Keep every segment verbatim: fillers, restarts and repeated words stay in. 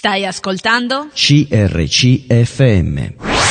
Stai ascoltando C R C F M.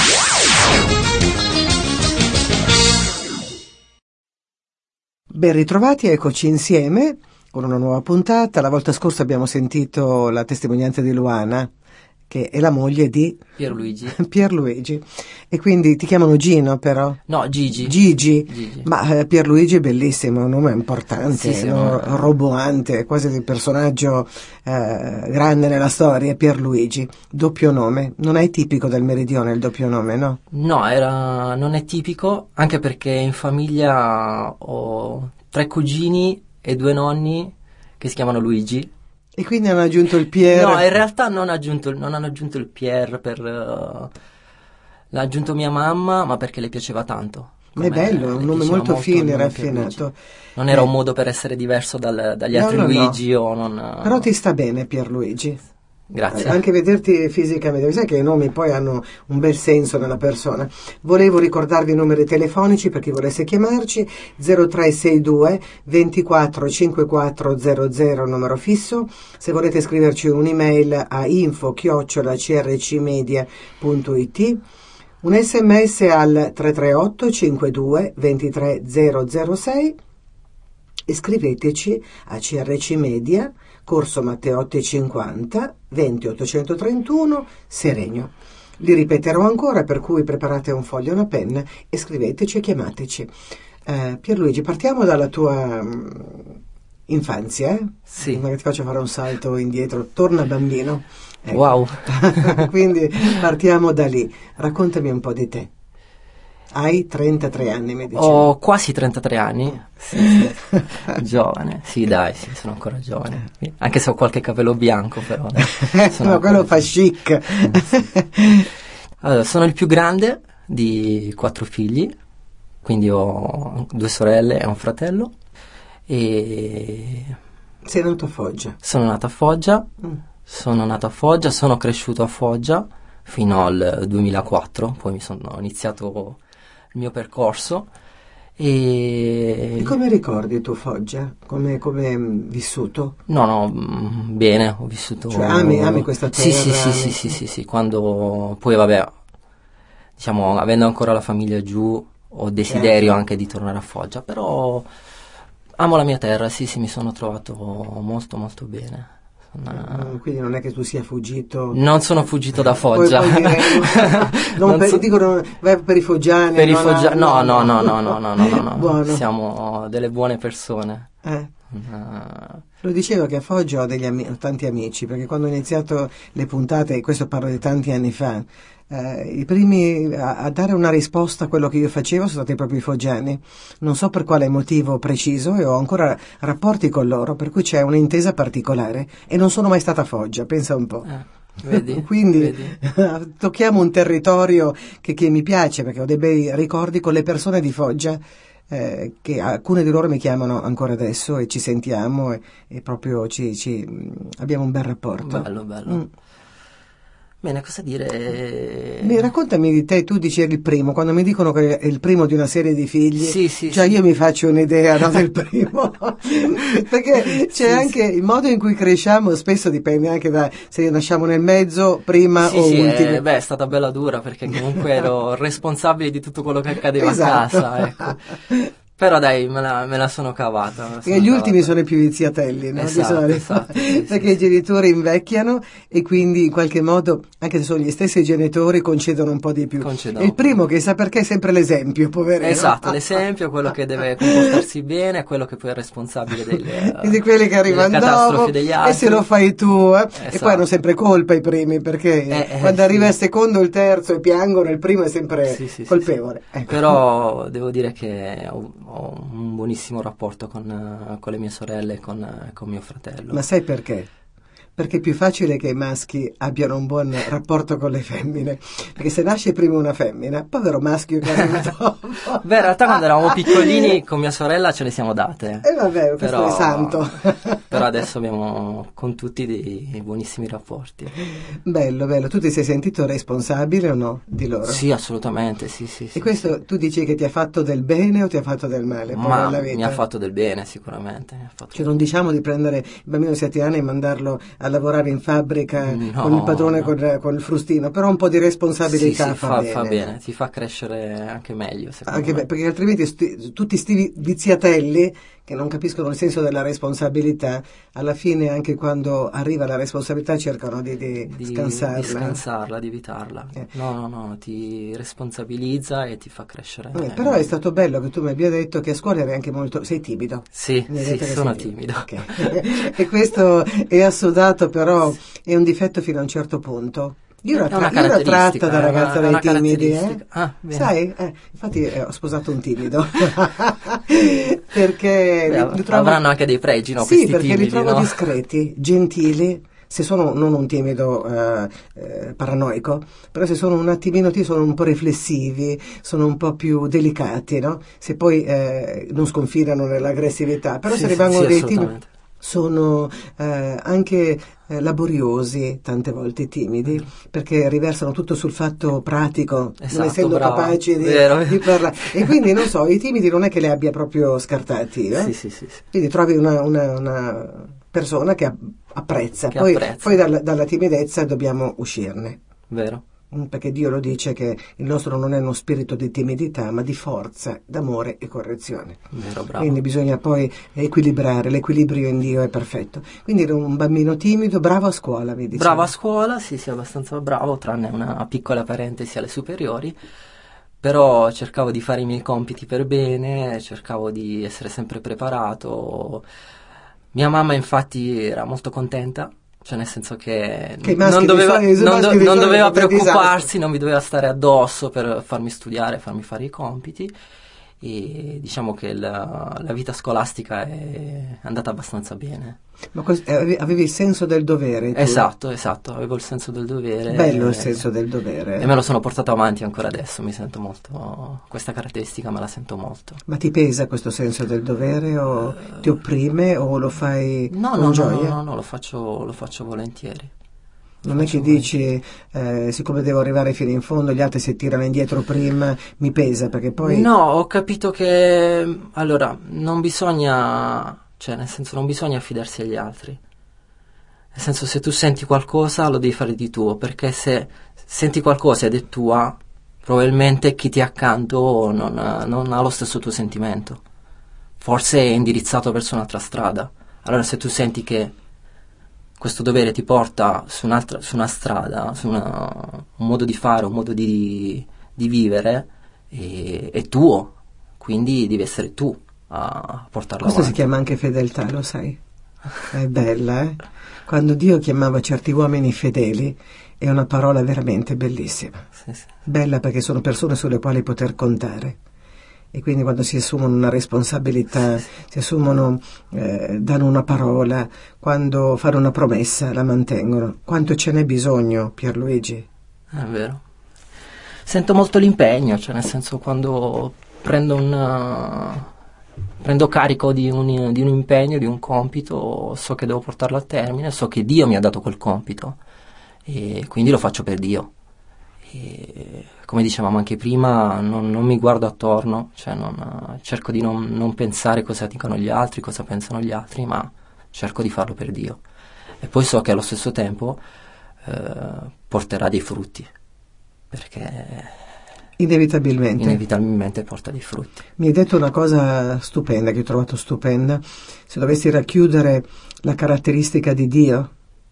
Ben ritrovati, eccoci insieme con una nuova puntata. La volta scorsa abbiamo sentito la testimonianza di Luana, che è la moglie di Pierluigi. Pierluigi. E quindi ti chiamano Gino, però? No, Gigi. Gigi. Gigi. Ma eh, Pierluigi è bellissimo, è un nome importante, Sì, sì, no? no. roboante, quasi il personaggio eh, grande nella storia, Pierluigi. Doppio nome. Non è tipico del meridione il doppio nome, no? No, era non è tipico, anche perché in famiglia ho tre cugini e due nonni che si chiamano Luigi. E quindi hanno aggiunto il Pier. No, in realtà non, aggiunto, non hanno aggiunto il Pier per... Uh, l'ha aggiunto mia mamma, ma perché le piaceva tanto. Ma è bello, è un nome molto, molto fine e raffinato. Pierluigi. Non era eh. un modo per essere diverso dal, dagli no, altri no, Luigi no. o non... Però ti sta bene Pierluigi. Grazie. Anche vederti fisicamente, sai che i nomi poi hanno un bel senso nella persona. Volevo ricordarvi i numeri telefonici per chi volesse chiamarci: zero tre sei due ventiquattro cinquantaquattro zero zero, numero fisso. Se volete scriverci un'email a info chiocciola c r c media punto i t, un sms al tre tre otto cinquantadue ventitré zero zero sei e scriveteci a C R C Media, Corso Matteotti cinquanta, venti ottocentotrentuno, Seregno. Li ripeterò ancora, per cui preparate un foglio e una penna e scriveteci e chiamateci. Eh, Pierluigi, partiamo dalla tua um, infanzia, eh? Sì. Magari ti faccio fare un salto indietro, torna bambino. Ecco. Wow. Quindi partiamo da lì. Raccontami un po' di te. Hai trentatré anni, mi dicevi. Ho quasi trentatré anni, sì, sì. Giovane, sì dai, sì, sono ancora giovane, anche se ho qualche capello bianco però. Dai, sono no, quello fa chic. Sì. Allora, sono il più grande di quattro figli, quindi ho due sorelle e un fratello. E sei nato a Foggia? Sono nato a Foggia, mm. sono nato a Foggia, sono cresciuto a Foggia fino al duemilaquattro, poi mi sono iniziato il mio percorso. E... e come ricordi tu Foggia? Come, come vissuto? No, no, mh, bene, ho vissuto... Cioè ami, ami questa terra? Sì, sì, sì, sì, sì, sì, sì, quando... Poi vabbè, diciamo, avendo ancora la famiglia giù, ho desiderio certo. anche di tornare a Foggia, però amo la mia terra, sì, sì, mi sono trovato molto, molto bene. Uh, quindi non è che tu sia fuggito? Non sono fuggito da Foggia. Poi, poi direi, non non per, so... dicono vai per i foggiani. Per i foggiani, no, no, no, no, no, no, no, no, Buono. Siamo delle buone persone. Eh. Uh... Lo dicevo che a Foggia ho degli ami- tanti amici, perché quando ho iniziato le puntate, e questo parlo di tanti anni fa, eh, i primi a, a dare una risposta a quello che io facevo sono stati proprio i foggiani. Non so per quale motivo preciso, e ho ancora rapporti con loro, per cui c'è un'intesa particolare, e non sono mai stata a Foggia, pensa un po'. Eh. Vedi? Quindi Vedi? tocchiamo un territorio che, che mi piace, perché ho dei bei ricordi con le persone di Foggia, eh, che alcune di loro mi chiamano ancora adesso e ci sentiamo e, e proprio ci, ci abbiamo un bel rapporto. Bello, bello. Mm. Bene, cosa dire? Mi raccontami di te, tu dici eri il primo, quando mi dicono che è il primo di una serie di figli, sì, sì, cioè sì. io mi faccio un'idea, no, del primo, perché c'è sì, anche sì. il modo in cui cresciamo, spesso dipende anche da se nasciamo nel mezzo, prima sì, o sì, ultimo. Eh, beh, è stata bella dura, perché comunque ero responsabile di tutto quello che accadeva esatto. a casa, ecco. Però dai, me la, me la sono cavata. Me la sono e gli cavata. ultimi sono i più viziatelli, no? Esatto, di esatto, sì, perché sì, i genitori invecchiano e quindi in qualche modo, anche se sono gli stessi genitori, concedono un po' di più. Concedono. E il primo che sa perché è sempre l'esempio, poverino. Esatto, l'esempio, quello che deve comportarsi bene, quello che poi è responsabile delle, di quelli che arrivano dopo degli altri. e se lo fai tu, eh? Esatto. E poi hanno sempre colpa i primi, perché eh, eh, quando sì. arriva il secondo, il terzo e piangono, il primo è sempre sì, sì, colpevole. Sì, sì. Ecco. Però devo dire che ho, ho un buonissimo rapporto con, con le mie sorelle e con, con mio fratello. Ma sai perché? Perché è più facile che i maschi abbiano un buon rapporto con le femmine, perché se nasce prima una femmina, povero maschio che arriva dopo. Beh, in realtà quando eravamo piccolini con mia sorella ce le siamo date. E eh vabbè, questo però, è santo. Però adesso abbiamo con tutti dei buonissimi rapporti. Bello, bello. Tu ti sei sentito responsabile o no di loro? Sì, assolutamente, sì, sì. E sì, questo sì. Tu dici che ti ha fatto del bene o ti ha fatto del male? Poi Ma nella vita? mi ha fatto del bene, sicuramente. Mi ha fatto Cioè non diciamo di prendere il bambino di sette anni e mandarlo a lavorare in fabbrica No, con il padrone, no. con, con il frustino, però un po' di responsabilità Sì, sì, fa, fa, bene. fa bene, ti fa crescere anche meglio, secondo Anche me. beh, perché altrimenti sti, tutti sti viziatelli che non capiscono il senso della responsabilità, alla fine anche quando arriva la responsabilità cercano di, di, Di, scansarla. di scansarla, di evitarla. Eh. No, no, no, ti responsabilizza e ti fa crescere. Eh, eh, però è stato bello che tu mi abbia detto che a scuola eri anche molto... sei timido. Sì, Mi hai sì, detto che sono sei timido. Ok. E questo è assodato, però è un difetto fino a un certo punto. Io ero, È una attra- io ero attratta caratteristica, da è una- ragazza è dai una timidi, eh? caratteristica. Ah, bene. Sai? Eh, infatti eh, ho sposato un timido. Perché Beh, li, li trovo... avranno anche dei pregi, no? Sì, Questi perché timidi, li trovo no? discreti, gentili. Se sono non un timido eh, eh, paranoico, però se sono un attimino ti sono un po' riflessivi, sono un po' più delicati, no? Se poi eh, non sconfinano nell'aggressività, però Sì, se sì, rimangono sì, dei timidi assolutamente. sono eh, anche eh, laboriosi, tante volte timidi, perché riversano tutto sul fatto pratico, non Esatto, essendo brava. capaci di, Vero. di parlare. E quindi non so, i timidi non è che li abbia proprio scartati, eh? Sì, sì, sì, sì. Quindi trovi una, una, una persona che apprezza, Che poi, apprezza. poi dalla, dalla timidezza dobbiamo uscirne. Vero. Mm, Perché Dio lo dice che il nostro non è uno spirito di timidità, ma di forza, d'amore e correzione. Vero, bravo. Quindi bisogna poi equilibrare, l'equilibrio in Dio è perfetto. Quindi ero un bambino timido, bravo a scuola, mi dicevi. Bravo a scuola, sì, sì, abbastanza bravo, tranne una piccola parentesi alle superiori, però cercavo di fare i miei compiti per bene, cercavo di essere sempre preparato. Mia mamma infatti era molto contenta, cioè nel senso che, Che i maschi non di doveva, solito- i non maschi do- di non solito doveva sono dei preoccuparsi, disastri. non mi doveva stare addosso per farmi studiare, farmi fare i compiti. E diciamo che la, la vita scolastica è andata abbastanza bene. Ma cos- eh, avevi, avevi il senso del dovere, tu? Esatto, esatto, avevo il senso del dovere. Bello e- il senso del dovere. E me lo sono portato avanti ancora adesso, mi sento molto, questa caratteristica me la sento molto. Ma ti pesa questo senso del dovere o ti opprime o lo fai No, con no, no, gioia? no, no, no, lo faccio, lo faccio volentieri. Non è che dici, eh, siccome devo arrivare fino in fondo, gli altri si tirano indietro prima, mi pesa, perché poi... No, ho capito che, allora, non bisogna, cioè nel senso non bisogna affidarsi agli altri. Nel senso, se tu senti qualcosa lo devi fare di tuo, perché se senti qualcosa ed è tua, probabilmente chi ti è accanto non, non ha lo stesso tuo sentimento. Forse è indirizzato verso un'altra strada. Allora se tu senti che questo dovere ti porta su, un'altra, su una strada, su una, un modo di fare, un modo di, di vivere, è, è tuo, quindi devi essere tu a portarlo Questo si avanti. chiama anche fedeltà, lo sai? È bella, eh? Quando Dio chiamava certi uomini fedeli, è una parola veramente bellissima. Sì, sì. Bella perché sono persone sulle quali poter contare. E quindi quando si assumono una responsabilità, si assumono, eh, danno una parola, quando fanno una promessa la mantengono. Quanto ce n'è bisogno, Pierluigi? È vero. Sento molto l'impegno, cioè nel senso quando prendo un, prendo carico di un, di un impegno, di un compito, so che devo portarlo a termine, so che Dio mi ha dato quel compito e quindi lo faccio per Dio. E, come dicevamo anche prima, non, non mi guardo attorno, cioè non, cerco di non, non pensare cosa dicono gli altri, cosa pensano gli altri, ma cerco di farlo per Dio. E poi so che allo stesso tempo eh, porterà dei frutti, perché Inevitabilmente. inevitabilmente porta dei frutti. Mi hai detto una cosa stupenda, che ho trovato stupenda. Se dovessi racchiudere la caratteristica di Dio,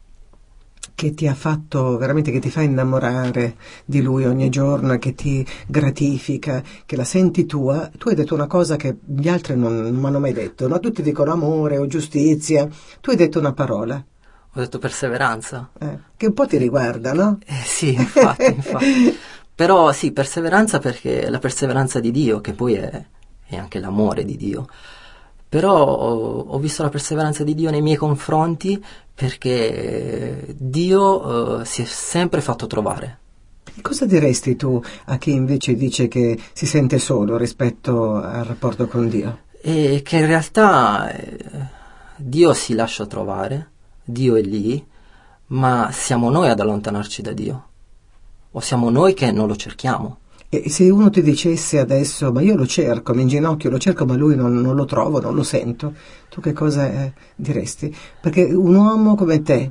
che ti ha fatto veramente, che ti fa innamorare di Lui ogni giorno, che ti gratifica, che la senti tua, tu hai detto una cosa che gli altri non, non mi hanno mai detto, no? Tutti dicono amore o giustizia, tu hai detto una parola, Ho detto perseveranza. eh, che un po' ti riguarda, no? Eh sì, infatti, infatti. Però sì, perseveranza perché la perseveranza di Dio, che poi è, è anche l'amore di Dio. Però ho, ho visto la perseveranza di Dio nei miei confronti perché Dio eh, si è sempre fatto trovare. Cosa diresti tu a chi invece dice che si sente solo rispetto al rapporto con Dio? E che in realtà eh, Dio si lascia trovare, Dio è lì, ma siamo noi ad allontanarci da Dio. O siamo noi che non lo cerchiamo. E se uno ti dicesse adesso, ma io lo cerco, mi inginocchio, lo cerco, ma lui non, non lo trovo, non lo sento, tu che cosa eh, diresti? Perché un uomo come te,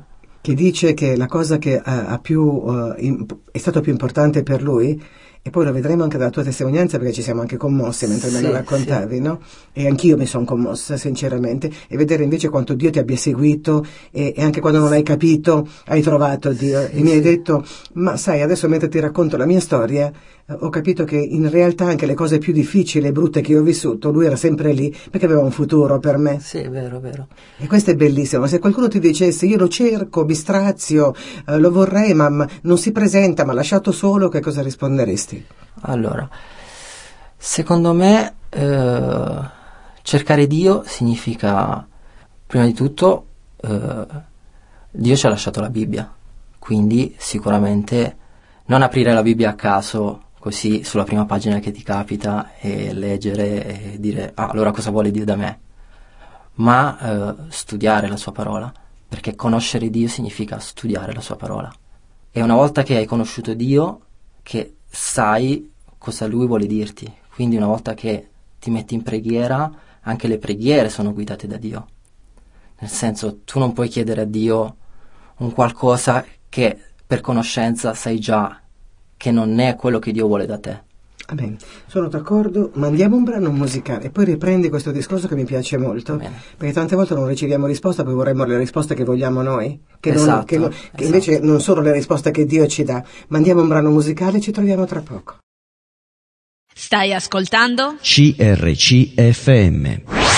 che dice che la cosa che ha, ha più, uh, in, è stato più importante per lui, e poi lo vedremo anche dalla tua testimonianza perché ci siamo anche commossi mentre Sì, me la raccontavi, sì. no? E anch'io mi sono commossa sinceramente, e vedere invece quanto Dio ti abbia seguito e, e anche quando non hai capito hai trovato Dio, Sì, e mi hai sì. detto, ma sai, adesso mentre ti racconto la mia storia eh, ho capito che in realtà anche le cose più difficili e brutte che io ho vissuto lui era sempre lì perché aveva un futuro per me. Sì, è vero, è vero. E questo è bellissimo. Se qualcuno ti dicesse io lo cerco, mi strazio, eh, lo vorrei ma, ma non si presenta, mi ha lasciato solo, che cosa risponderesti? Allora, secondo me eh, cercare Dio significa, prima di tutto, eh, Dio ci ha lasciato la Bibbia, quindi sicuramente non aprire la Bibbia a caso, così sulla prima pagina che ti capita, e leggere e dire, ah, allora cosa vuole Dio da me? Ma eh, studiare la sua parola, perché conoscere Dio significa studiare la sua parola. E una volta che hai conosciuto Dio, che sai cosa Lui vuole dirti, quindi una volta che ti metti in preghiera, anche le preghiere sono guidate da Dio. Nel senso, tu non puoi chiedere a Dio un qualcosa che per conoscenza sai già che non è quello che Dio vuole da te. Amen. Sono d'accordo, mandiamo un brano musicale e poi riprendi questo discorso che mi piace molto. Bene. Perché tante volte non riceviamo risposta, poi vorremmo le risposte che vogliamo noi, che, non- Esatto, che non- che esatto. invece non sono le risposte che Dio ci dà. Mandiamo un brano musicale e ci troviamo tra poco. Stai ascoltando? C R C F M.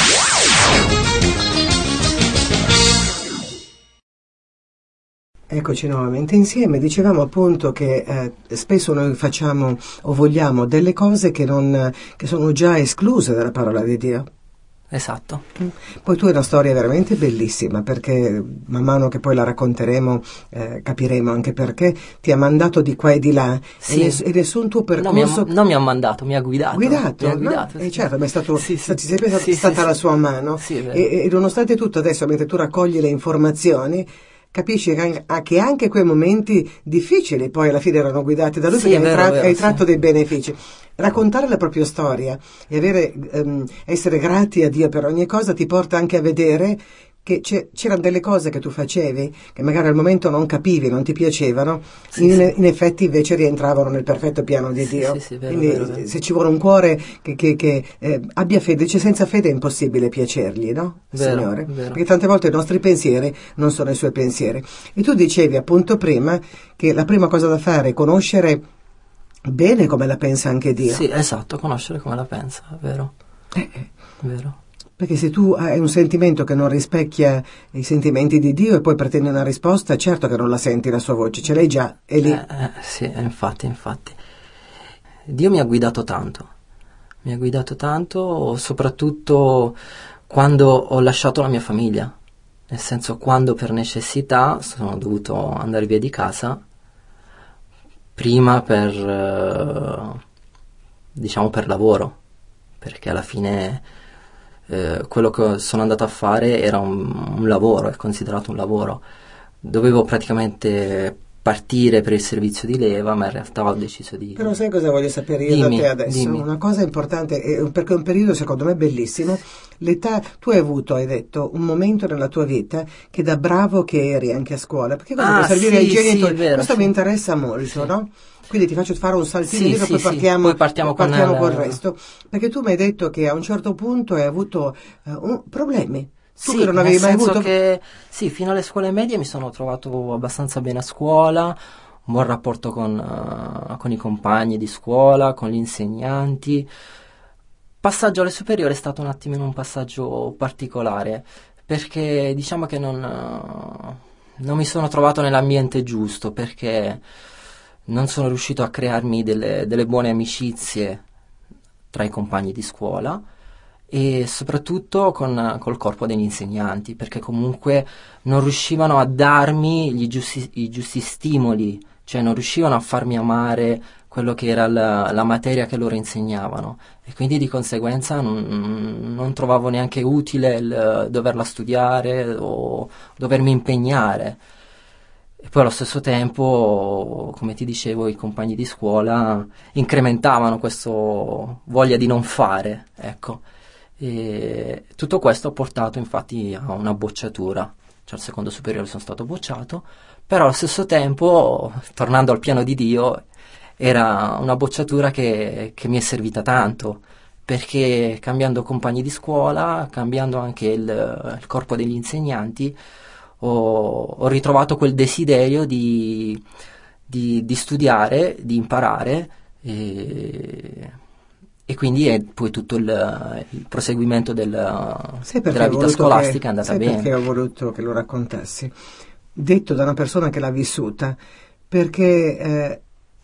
Eccoci nuovamente insieme. Dicevamo appunto che eh, spesso noi facciamo o vogliamo delle cose che, non, che sono già escluse dalla parola di Dio. Esatto. Poi tu hai una storia veramente bellissima, perché man mano che poi la racconteremo eh, capiremo anche perché ti ha mandato di qua e di là. Sì. e, ness- e nessun tuo Non mi, ha, percorso non mi ha mandato, mi ha guidato. guidato, Mi ha no? guidato, Eh, sì. certo, ma è stato, Sì, sì. sta- ci è Sì, stata sì, la sì. sua mano. Sì, è vero. e, e nonostante tutto adesso mentre tu raccogli le informazioni capisci che an- ah, che anche quei momenti difficili poi alla fine erano guidati da lui, Sì, perché è hai, vero, tra- è vero, hai sì. tratto dei benefici. Raccontare la propria storia e avere, ehm, essere grati a Dio per ogni cosa ti porta anche a vedere che c'è- c'erano delle cose che tu facevi che magari al momento non capivi, non ti piacevano, Sì, in, sì. in effetti invece rientravano nel perfetto piano di Sì, Dio. sì, sì, vero, Quindi vero, vero. se ci vuole un cuore che, che- che, eh, abbia fede, dice senza fede è impossibile piacergli, no? Vero, Signore? vero. Perché tante volte i nostri pensieri non sono i suoi pensieri. E tu dicevi appunto prima che la prima cosa da fare è conoscere bene come la pensa anche Dio. Sì, esatto, conoscere come la pensa, è vero. Eh, Vero. Perché se tu hai un sentimento che non rispecchia i sentimenti di Dio e poi pretendi una risposta, certo che non la senti la sua voce, ce l'hai già, è lì. Eh, eh, sì, eh, infatti, infatti. Dio mi ha guidato tanto, mi ha guidato tanto, soprattutto quando ho lasciato la mia famiglia, nel senso quando per necessità sono dovuto andare via di casa, prima per, eh, diciamo, per lavoro, perché alla fine eh, quello che sono andato a fare era un, un lavoro, è considerato un lavoro. Dovevo praticamente partire per il servizio di leva, ma in realtà ho deciso di... Però sai cosa voglio sapere io Dimmi, da te adesso? dimmi. Una cosa importante, eh, perché è un periodo secondo me bellissimo. L'età, tu hai avuto, hai detto, un momento nella tua vita che da bravo che eri anche a scuola, perché cosa Ah, può servire sì, ai genitori? sì, è vero, Questo sì. mi interessa molto, Sì. no? Quindi ti faccio fare un saltino Sì, indietro, sì, poi sì. partiamo, Poi partiamo con partiamo il- col resto. Perché tu mi hai detto che a un certo punto hai avuto eh, un- problemi. Tu Sì, che non avevi nel mai senso avuto... che sì, fino alle scuole medie mi sono trovato abbastanza bene a scuola, un buon rapporto con, eh, con i compagni di scuola, con gli insegnanti. Passaggio alle superiori è stato un attimino un passaggio particolare, perché diciamo che non, eh, non mi sono trovato nell'ambiente giusto, perché non sono riuscito a crearmi delle, delle buone amicizie tra i compagni di scuola e soprattutto con, col corpo degli insegnanti, perché comunque non riuscivano a darmi gli giusti, i giusti stimoli, cioè non riuscivano a farmi amare quello che era la, la materia che loro insegnavano, e quindi di conseguenza non, non trovavo neanche utile il doverla studiare o dovermi impegnare. E poi allo stesso tempo, come ti dicevo, i compagni di scuola incrementavano questo voglia di non fare, ecco. E tutto questo ha portato infatti a una bocciatura cioè al secondo superiore sono stato bocciato, però allo stesso tempo, tornando al piano di Dio, era una bocciatura che, che mi è servita tanto, perché cambiando compagni di scuola, cambiando anche il, il corpo degli insegnanti, ho, ho ritrovato quel desiderio di, di, di studiare, di imparare, e, e quindi è poi tutto il, il proseguimento del, della vita scolastica che, è andata sai bene. Perché ho voluto che lo raccontassi? Detto da una persona che l'ha vissuta, perché eh,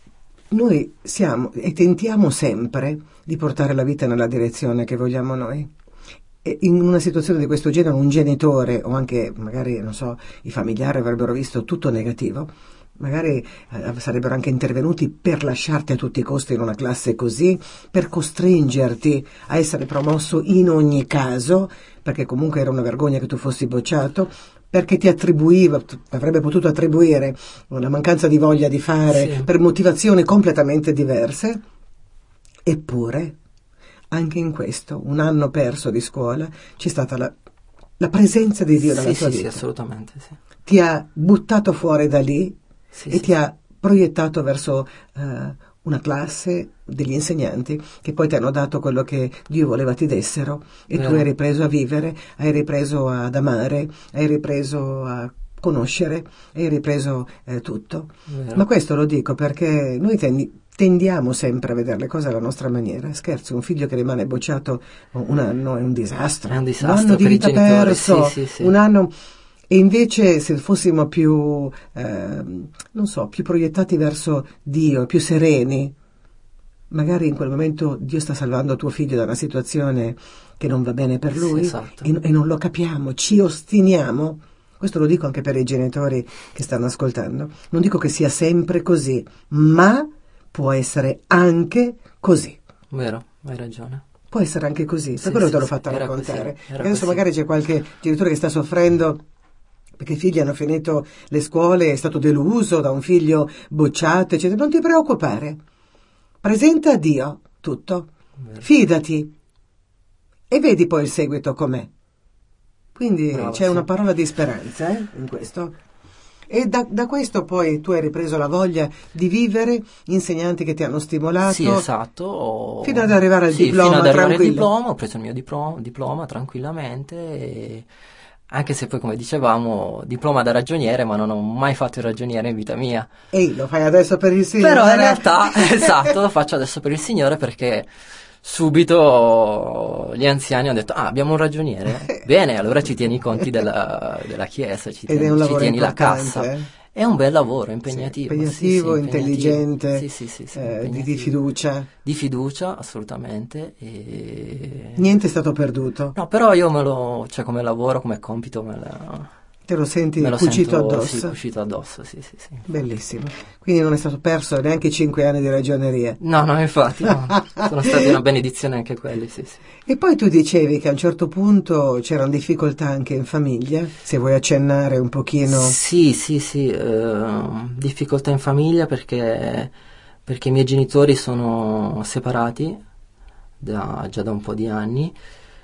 noi siamo e tentiamo sempre di portare la vita nella direzione che vogliamo noi. E in una situazione di questo genere un genitore o anche magari, non so, i familiari avrebbero visto tutto negativo, magari eh, sarebbero anche intervenuti per lasciarti a tutti i costi in una classe così, per costringerti a essere promosso in ogni caso, perché comunque era una vergogna che tu fossi bocciato, perché ti attribuiva, avrebbe potuto attribuire una mancanza di voglia di fare, sì, per motivazioni completamente diverse. Eppure anche in questo, un anno perso di scuola, c'è stata la, la presenza di Dio sì, nella tua sì, vita. Sì, assolutamente, sì. Ti ha buttato fuori da lì, sì, e sì, ti ha proiettato verso uh, una classe degli insegnanti che poi ti hanno dato quello che Dio voleva ti dessero, e Vero. Tu hai ripreso a vivere, hai ripreso ad amare, hai ripreso a conoscere, hai ripreso eh, tutto. Vero. Ma questo lo dico perché noi tendi, tendiamo sempre a vedere le cose alla nostra maniera. Scherzo, un figlio che rimane bocciato un anno è un disastro, è un disastro, un anno di per vita i genitori, perso, sì, sì, sì. un anno. E invece se fossimo più, eh, non so, più proiettati verso Dio, più sereni, magari in quel momento Dio sta salvando tuo figlio da una situazione che non va bene per lui, sì, esatto. e, e non lo capiamo, ci ostiniamo. Questo lo dico anche per i genitori che stanno ascoltando. Non dico che sia sempre così, ma può essere anche così. Vero, hai ragione. Può essere anche così, per Sì, quello sì, te l'ho sì, fatta era raccontare. così, era Adesso così. magari c'è qualche genitore che sta soffrendo perché i figli hanno finito le scuole, è stato deluso da un figlio bocciato, eccetera. Non ti preoccupare. Presenta a Dio tutto. Vero. Fidati. E vedi poi il seguito com'è. Quindi Brava, c'è sì. una parola di speranza eh, in questo. E da, da questo poi tu hai ripreso la voglia di vivere, insegnanti che ti hanno stimolato. Sì, esatto. Ho... Fino ad arrivare al sì, diploma, fino ad arrivare al tranquillo. diploma, ho preso il mio diploma, diploma tranquillamente, e... anche se poi, come dicevamo, diploma da ragioniere, ma non ho mai fatto il ragioniere in vita mia. Ehi, lo fai adesso per il Signore? Però in realtà, esatto, lo faccio adesso per il Signore, perché subito gli anziani hanno detto: ah, abbiamo un ragioniere? Bene, allora ci tieni i conti della, della chiesa, ci Ed tieni, è un ci lavoro tieni la importante, cassa. eh? È un bel lavoro, impegnativo. Sì, impegnativo, sì, sì, intelligente, sì, sì, sì, sì, eh, di, di impegnativo. fiducia. Di fiducia, assolutamente. E... Niente è stato perduto. no, però io me lo, cioè come lavoro, come compito, me la... Te lo senti me lo cucito sento, addosso? Sì, cucito addosso, sì, sì, sì. Bellissimo. Quindi non è stato perso neanche cinque anni di ragioneria. No, no, infatti, no. Sono stati una benedizione anche quelli, sì, sì. E poi tu dicevi che a un certo punto c'erano difficoltà anche in famiglia, se vuoi accennare un pochino. Sì, sì, sì, eh, difficoltà in famiglia perché, perché i miei genitori sono separati da, già da un po' di anni,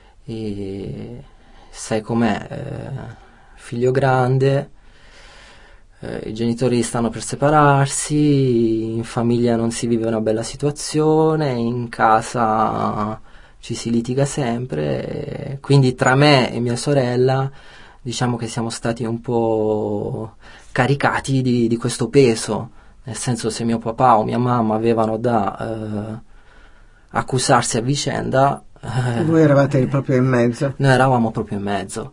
e sai com'è, eh, figlio grande, eh, i genitori stanno per separarsi, in famiglia non si vive una bella situazione, in casa ci si litiga sempre, e quindi tra me e mia sorella diciamo che siamo stati un po' caricati di, di questo peso, nel senso, se mio papà o mia mamma avevano da eh, accusarsi a vicenda, eh, voi eravate proprio in mezzo. Noi eravamo proprio in mezzo.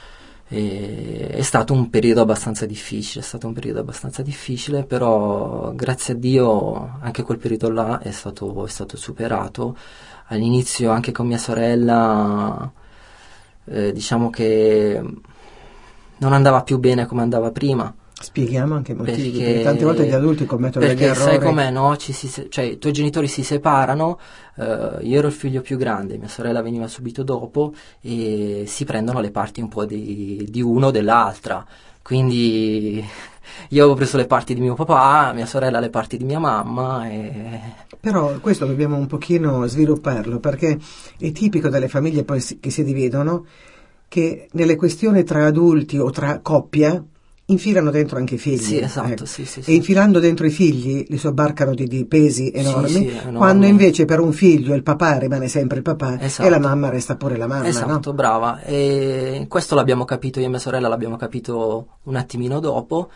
E è stato un periodo abbastanza difficile, è stato un periodo abbastanza difficile, però grazie a Dio anche quel periodo là è stato, è stato superato. All'inizio anche con mia sorella eh, diciamo che non andava più bene come andava prima. Spieghiamo anche i motivi, perché, perché tante volte gli adulti commettono degli perché errori. sai com'è, no? Ci si, cioè i tuoi genitori si separano, eh, io ero il figlio più grande, mia sorella veniva subito dopo, e si prendono le parti un po' di, di uno o dell'altra, quindi io avevo preso le parti di mio papà, mia sorella le parti di mia mamma, e... Però questo dobbiamo un pochino svilupparlo, perché è tipico delle famiglie poi si, che si dividono, che nelle questioni tra adulti o tra coppia infilano dentro anche i figli. Sì, esatto, ecco. sì, sì, sì. E infilando dentro i figli li sobbarcano di, di pesi enormi, Sì, sì, enormi. quando invece per un figlio il papà rimane sempre il papà, Esatto. e la mamma resta pure la mamma. Esatto, no? brava. E questo l'abbiamo capito io e mia sorella, l'abbiamo capito un attimino dopo,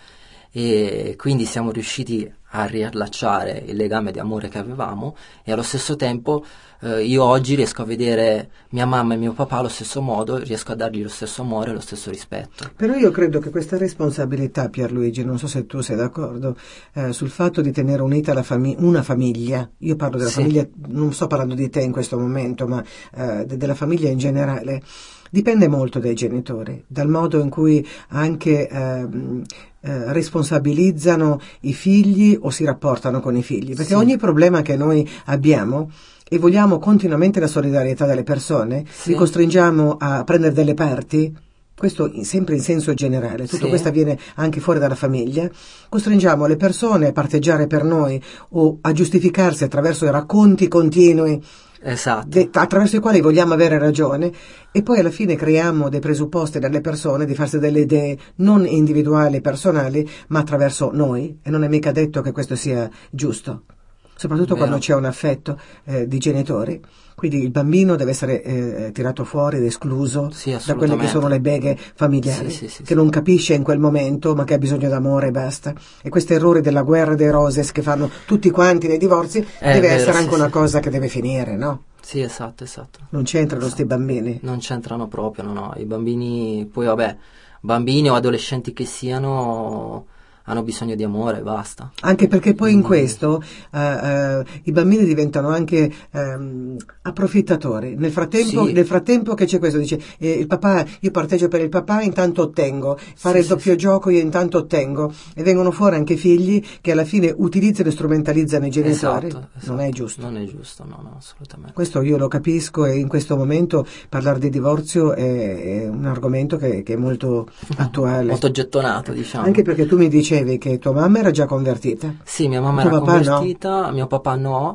e quindi siamo riusciti a riallacciare il legame di amore che avevamo, e allo stesso tempo eh, io oggi riesco a vedere mia mamma e mio papà allo stesso modo, riesco a dargli lo stesso amore e lo stesso rispetto. Però io credo che questa responsabilità, Pierluigi, non so se tu sei d'accordo, eh, sul fatto di tenere unita la fami- una famiglia, io parlo della Sì. famiglia, non sto parlando di te in questo momento, ma eh, de- della famiglia in generale, dipende molto dai genitori, dal modo in cui anche ehm, eh, responsabilizzano i figli o si rapportano con i figli, perché Sì. ogni problema che noi abbiamo e vogliamo continuamente la solidarietà delle persone, Sì. li costringiamo a prendere delle parti, questo in- sempre in senso generale, tutto Sì. questo avviene anche fuori dalla famiglia, costringiamo le persone a parteggiare per noi o a giustificarsi attraverso i racconti continui Esatto. de- attraverso i quali vogliamo avere ragione, e poi alla fine creiamo dei presupposti nelle persone di farsi delle idee non individuali, personali, ma attraverso noi, e non è mica detto che questo sia giusto, soprattutto Vero. quando c'è un affetto eh, di genitori. Quindi il bambino deve essere eh, tirato fuori ed escluso Sì, da quelle che assolutamente. sono le beghe familiari, Sì, sì, sì, che sì. non capisce in quel momento, ma che ha bisogno d'amore e basta. E questi errori della guerra dei roses che fanno tutti quanti nei divorzi È deve vero, essere sì, anche una sì. cosa che deve finire, no? Sì, esatto, esatto. Non c'entrano sti Esatto. bambini. Non c'entrano proprio, no, no. I bambini, poi vabbè, bambini o adolescenti che siano, hanno bisogno di amore e basta. Anche perché poi in Quindi- questo eh, eh, i bambini diventano anche ehm, approfittatori. Nel frattempo, Sì. nel frattempo che c'è questo, dice eh, il papà, io parteggio per il papà, intanto ottengo, fare Sì, il sì, doppio sì. gioco, io intanto ottengo, e vengono fuori anche figli che alla fine utilizzano e strumentalizzano i genitori. Esatto, esatto. Non è giusto. Non è giusto, no, no, assolutamente. Questo io lo capisco, e in questo momento parlare di divorzio è, è un argomento che, che è molto attuale. Molto gettonato, diciamo. Anche perché tu mi dicevi che tua mamma era già convertita. Sì, mia mamma Tuo era papà no? convertita, mio papà no,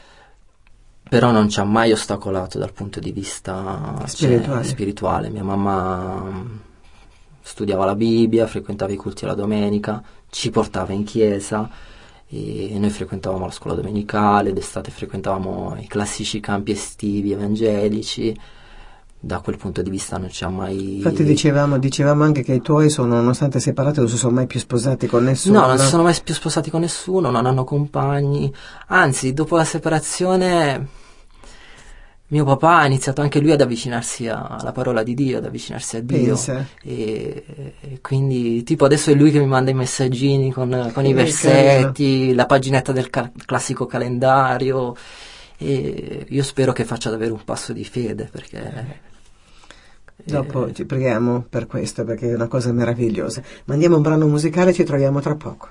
però non ci ha mai ostacolato dal punto di vista cioè, Spirituale. spirituale. Mia mamma mh, studiava la Bibbia, frequentava i culti alla domenica, ci portava in chiesa, e noi frequentavamo la scuola domenicale, d'estate frequentavamo i classici campi estivi evangelici. Da quel punto di vista non ci ha mai... Infatti dicevamo, dicevamo anche che i tuoi sono, nonostante separati, non si sono mai più sposati con nessuno. No, non si sono mai più sposati con nessuno, non hanno compagni. Anzi, dopo la separazione, mio papà ha iniziato anche lui ad avvicinarsi a- alla parola di Dio, ad avvicinarsi a Dio. Pensa. E, e quindi, tipo, adesso è lui che mi manda i messaggini con, con i Che versetti, la paginetta del ca- classico calendario. E io spero che faccia davvero un passo di fede, perché... Dopo eh, ci preghiamo per questo, perché è una cosa meravigliosa. Mandiamo un brano musicale, ci troviamo tra poco.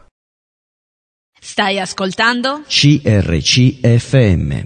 Stai ascoltando? C R C F M.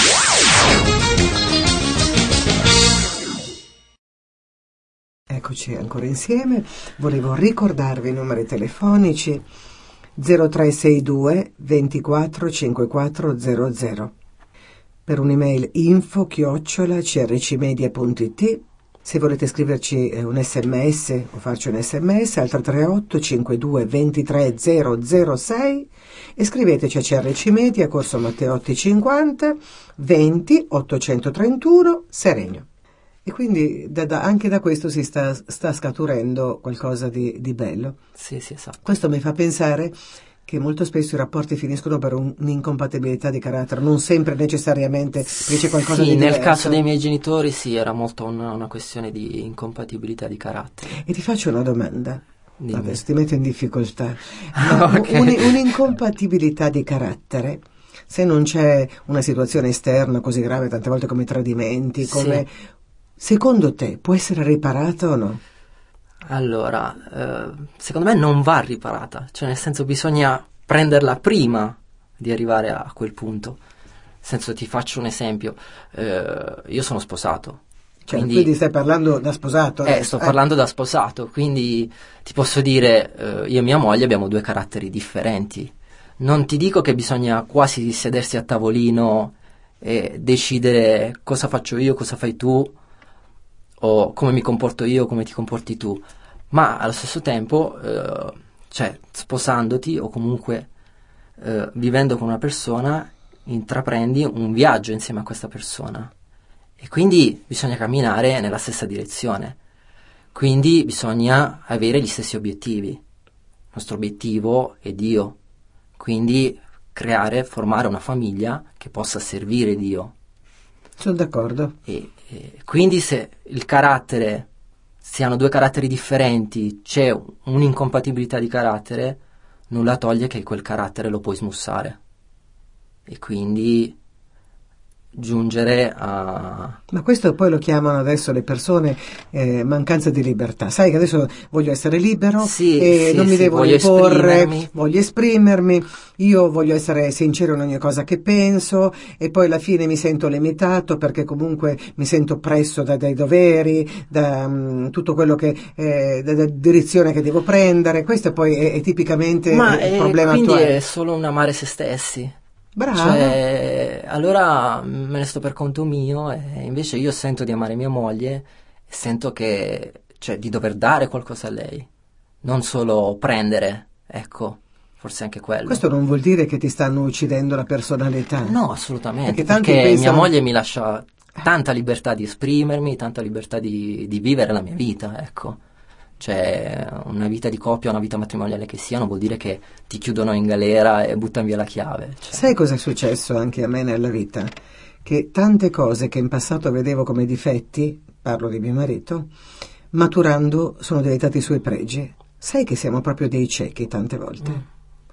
Eccoci ancora insieme. Volevo ricordarvi i numeri telefonici zero tre sei due ventiquattro cinquantaquattro zero zero, per un'email info chiocciola crcmedia.it. Se volete scriverci eh, un sms o farci un sms al tre tre otto cinquantadue ventitré zero zero sei, e scriveteci a C R C Media, Corso Matteotti cinquanta, venti ottocentotrentuno, Seregno. E quindi da- da- anche da questo si sta, sta scaturendo qualcosa di, di bello. sì, sì, esatto. Questo mi fa pensare che molto spesso i rapporti finiscono per un- un'incompatibilità di carattere, non sempre necessariamente perché c'è qualcosa Sì, di nel diverso. caso dei miei genitori sì, era molto una, una questione di incompatibilità di carattere. E ti faccio una domanda. Dimmi. Adesso ti metto in difficoltà. Ah, Ma ok. un- un'incompatibilità di carattere, se non c'è una situazione esterna così grave, tante volte come tradimenti, Sì. come... secondo te può essere riparata o no? Allora, eh, secondo me non va riparata, cioè nel senso bisogna prenderla prima di arrivare a quel punto. Nel senso, ti faccio un esempio, eh, io sono sposato, Cioè, quindi, quindi stai parlando da sposato? eh, adesso? sto parlando da sposato, quindi ti posso dire, eh, io e mia moglie abbiamo due caratteri differenti. Non ti dico che bisogna quasi sedersi a tavolino e decidere cosa faccio io, cosa fai tu, o come mi comporto io, come ti comporti tu, ma allo stesso tempo, eh, cioè sposandoti o comunque eh, vivendo con una persona, intraprendi un viaggio insieme a questa persona e quindi bisogna camminare nella stessa direzione, quindi bisogna avere gli stessi obiettivi. Il nostro obiettivo è Dio, quindi creare, formare una famiglia che possa servire Dio. Sono d'accordo. E, e quindi se il carattere, se hanno due caratteri differenti, c'è un'incompatibilità di carattere, nulla toglie che quel carattere lo puoi smussare e quindi giungere a... Ma questo poi lo chiamano adesso le persone eh, mancanza di libertà. Sai che adesso voglio essere libero sì, e sì, non mi sì, devo voglio imporre, esprimermi. voglio esprimermi, io voglio essere sincero in ogni cosa che penso e poi alla fine mi sento limitato perché comunque mi sento presso da, dai doveri, da um, tutto quello che eh, da, da direzione che devo prendere. Questo poi è, è tipicamente Ma il è, problema quindi attuale. è solo un amare se stessi. Bravo. Cioè, allora me ne sto per conto mio e invece io sento di amare mia moglie e sento che, cioè, di dover dare qualcosa a lei, non solo prendere, ecco, forse anche quello. Questo non vuol dire che ti stanno uccidendo la personalità. No, assolutamente, Perché perché, tanti pensano- mia moglie mi lascia tanta libertà di esprimermi, tanta libertà di, di vivere la mia vita, ecco. Cioè, una vita di coppia, una vita matrimoniale che sia, non vuol dire che ti chiudono in galera e buttano via la chiave. Cioè. Sai cosa è successo anche a me nella vita? Che tante cose che in passato vedevo come difetti, parlo di mio marito, maturando sono diventati suoi pregi. Sai che siamo proprio dei ciechi tante volte? Mm.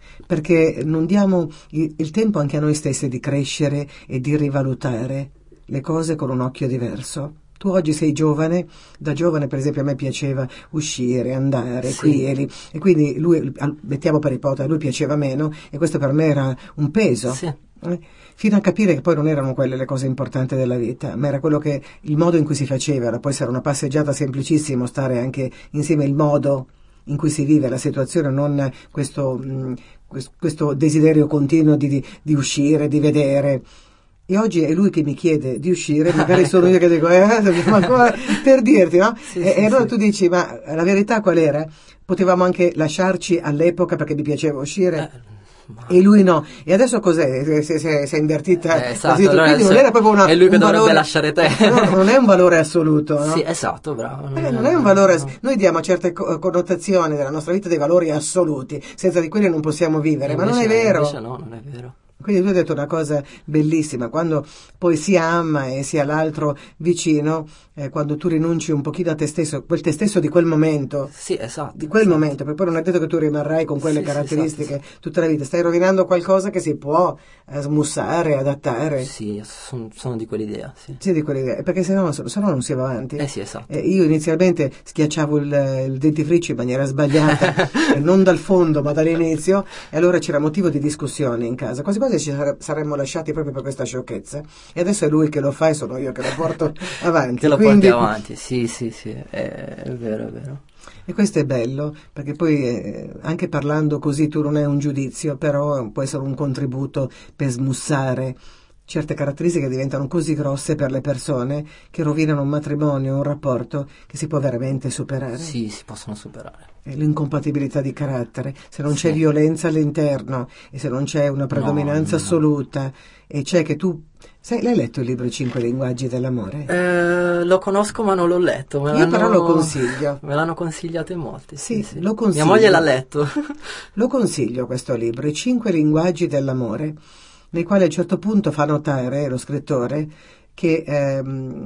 Perché non diamo il, il tempo anche a noi stessi di crescere e di rivalutare le cose con un occhio diverso. Tu oggi sei giovane, da giovane per esempio a me piaceva uscire, andare sì. qui e lì, e quindi lui, mettiamo per ipotesi, a lui piaceva meno e questo per me era un peso. Sì. Eh? Fino a capire che poi non erano quelle le cose importanti della vita, ma era quello che, il modo in cui si faceva, era può essere una passeggiata semplicissimo, stare anche insieme, il modo in cui si vive la situazione, non questo, mh, questo desiderio continuo di, di, di uscire, di vedere. E oggi è lui che mi chiede di uscire, magari sono io che dico, eh, ma come, per dirti, no? Sì, e, sì, e allora sì. tu dici, ma la verità qual era? Potevamo anche lasciarci all'epoca perché mi piaceva uscire. Eh. Ma... E lui no, e adesso cos'è? Si è invertita eh, esatto, così, allora quindi non se... era proprio una, è lui che un dovrebbe valore... lasciare te. No, non è un valore assoluto, no? Sì, esatto, bravo. Non, Eh, è... non è un valore, no. Noi diamo a certe co- connotazioni della nostra vita dei valori assoluti, senza di quelli non possiamo vivere, ma non è vero. Invece no, non è vero. Quindi tu hai detto una cosa bellissima, quando poi si ama e si ha l'altro vicino, eh, quando tu rinunci un pochino a te stesso, quel te stesso di quel momento, sì, esatto, di quel esatto. momento, perché poi non è detto che tu rimarrai con quelle sì, caratteristiche sì, esatto, tutta la vita, stai rovinando qualcosa che si può eh, smussare, adattare. Sì, son, sono di quell'idea, sì. Sì, di quell'idea, perché se no, se no non si va avanti. Eh sì, esatto. Eh, io inizialmente schiacciavo il, il dentifricio in maniera sbagliata, eh, non dal fondo ma dall'inizio, e allora c'era motivo di discussione in casa, quasi quasi ci sare- saremmo lasciati proprio per questa sciocchezza, e adesso è lui che lo fa e sono io che lo porto avanti. Che lo Quindi... porti avanti, sì, sì, sì, è, è vero, è vero. E questo è bello, perché poi eh, anche parlando così tu non hai un giudizio, però può essere un contributo per smussare certe caratteristiche che diventano così grosse per le persone che rovinano un matrimonio, un rapporto che si può veramente superare. Sì, si possono superare. E l'incompatibilità di carattere, se non sì. c'è violenza all'interno e se non c'è una predominanza no, no. assoluta e c'è che tu... Sai, l'hai letto il libro I cinque linguaggi dell'amore? Eh, lo conosco ma non l'ho letto. Me Io però lo consiglio. Me l'hanno consigliato in molti. Sì, sì, sì. lo consiglio. Mia moglie l'ha letto. Lo consiglio questo libro, I cinque linguaggi dell'amore, nel quale a un certo punto fa notare lo scrittore che ehm,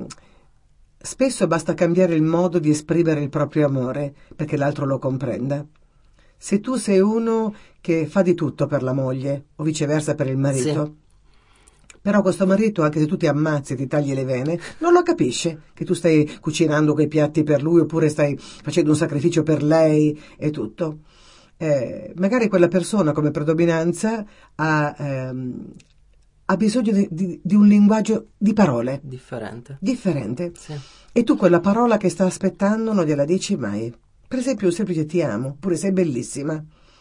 spesso basta cambiare il modo di esprimere il proprio amore perché l'altro lo comprenda. Se tu sei uno che fa di tutto per la moglie o viceversa per il marito, sì. Però questo marito, anche se tu ti ammazzi e ti tagli le vene, non lo capisce che tu stai cucinando quei piatti per lui oppure stai facendo un sacrificio per lei e tutto. Eh, magari quella persona come predominanza ha, ehm, ha bisogno di, di, di un linguaggio di parole differente, differente. Sì. E tu quella parola che sta aspettando non gliela dici mai. Per esempio un semplice ti amo, oppure sei bellissima,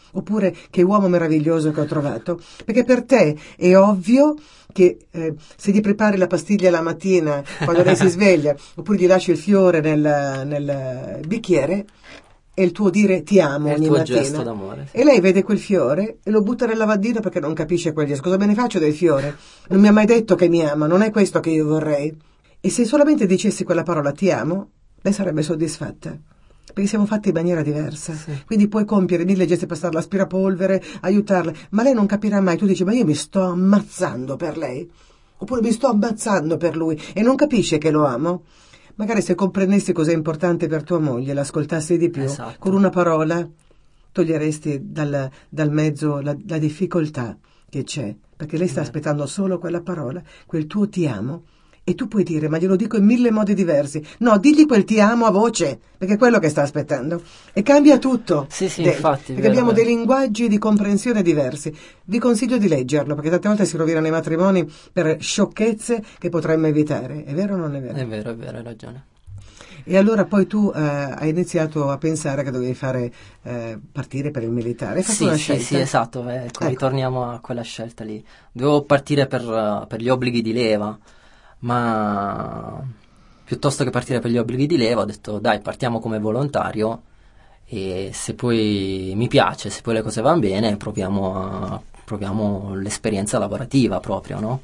Oppure che uomo meraviglioso che ho trovato. Perché per te è ovvio che eh, se gli prepari la pastiglia la mattina quando lei si sveglia, oppure gli lasci il fiore nel, nel bicchiere, è il tuo dire ti amo ogni mattina. È il tuo gesto d'amore. Sì. E lei vede quel fiore e lo butta nel lavandino perché non capisce quel gesto. Cosa me ne faccio del fiore? Non mi ha mai detto che mi ama, non è questo che io vorrei. E se solamente dicessi quella parola ti amo, lei sarebbe soddisfatta. Perché siamo fatti in maniera diversa. Sì. Quindi puoi compiere mille gesti per stare l'aspirapolvere, aiutarla, ma lei non capirà mai. Tu dici, ma io mi sto ammazzando per lei, oppure mi sto ammazzando per lui, e non capisce che lo amo. Magari se comprendessi cos'è importante per tua moglie, l'ascoltassi di più, esatto. Con una parola toglieresti dal, dal mezzo la, la difficoltà che c'è, perché lei sta Beh. aspettando solo quella parola, quel tuo ti amo. E tu puoi dire, ma glielo dico in mille modi diversi. No, digli quel ti amo a voce, perché è quello che sta aspettando. E cambia tutto. Sì, sì, De- infatti. Perché vero, abbiamo vero. dei linguaggi di comprensione diversi. Vi consiglio di leggerlo, perché tante volte si rovinano i matrimoni per sciocchezze che potremmo evitare. È vero o non è vero? È vero, è vero, hai ragione. E allora poi tu eh, hai iniziato a pensare che dovevi fare eh, partire per il militare. Hai fatto sì, una sì, scelta? sì, esatto. Ecco, ecco. Ritorniamo a quella scelta lì. Dovevo partire per, uh, per gli obblighi di leva. Ma piuttosto che partire per gli obblighi di leva ho detto dai, partiamo come volontario e se poi mi piace, se poi le cose vanno bene, proviamo, a, proviamo l'esperienza lavorativa proprio, no?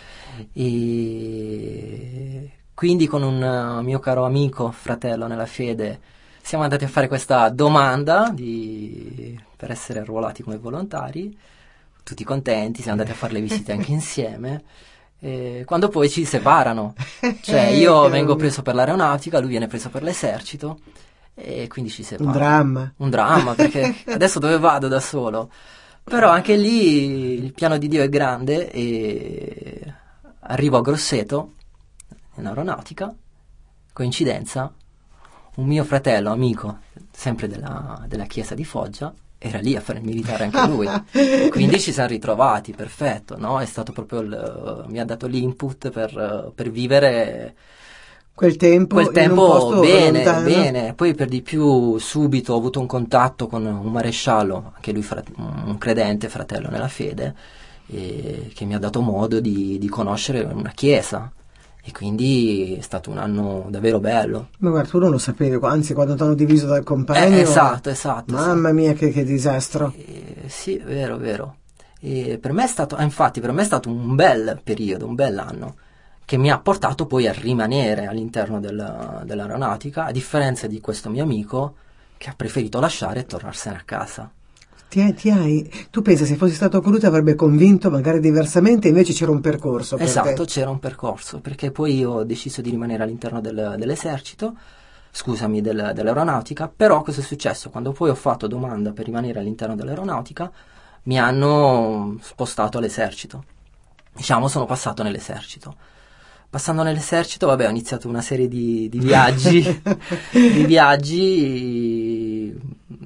E quindi con un mio caro amico, fratello nella fede, siamo andati a fare questa domanda di, per essere arruolati come volontari, tutti contenti, siamo andati a fare le visite anche insieme. E quando poi ci separano, cioè io vengo preso per l'aeronautica, lui viene preso per l'esercito e quindi ci separano. Un dramma. Un dramma, perché adesso dove vado da solo? Però anche lì il piano di Dio è grande e arrivo a Grosseto, in aeronautica, coincidenza, un mio fratello, amico, sempre della, della chiesa di Foggia, era lì a fare il militare anche lui, quindi ci siamo ritrovati, perfetto, no? È stato proprio il, mi ha dato l'input per, per vivere quel tempo, quel tempo bene, lontano. bene. Poi per di più subito ho avuto un contatto con un maresciallo, anche lui frat- un credente, fratello nella fede, e che mi ha dato modo di, di conoscere una chiesa. E quindi è stato un anno davvero bello. Ma guarda, tu non lo sapevi, anzi quando ti hanno diviso dal compagno... Eh, esatto, esatto. Mamma sì. mia, che, che disastro. Eh, sì, vero, vero. E per me è stato, infatti, per me è stato un bel periodo, un bel anno, che mi ha portato poi a rimanere all'interno del, dell'aeronautica, a differenza di questo mio amico che ha preferito lasciare e tornarsene a casa. Ti hai, ti hai, tu pensi se fossi stato con lui ti avrebbe convinto magari diversamente, invece c'era un percorso per esatto, te. C'era un percorso, perché poi io ho deciso di rimanere all'interno del, dell'esercito, scusami, del, dell'aeronautica, però cosa è successo? Quando poi ho fatto domanda per rimanere all'interno dell'aeronautica, mi hanno spostato all'esercito, diciamo sono passato nell'esercito. Passando nell'esercito, vabbè, ho iniziato una serie di, di viaggi, di viaggi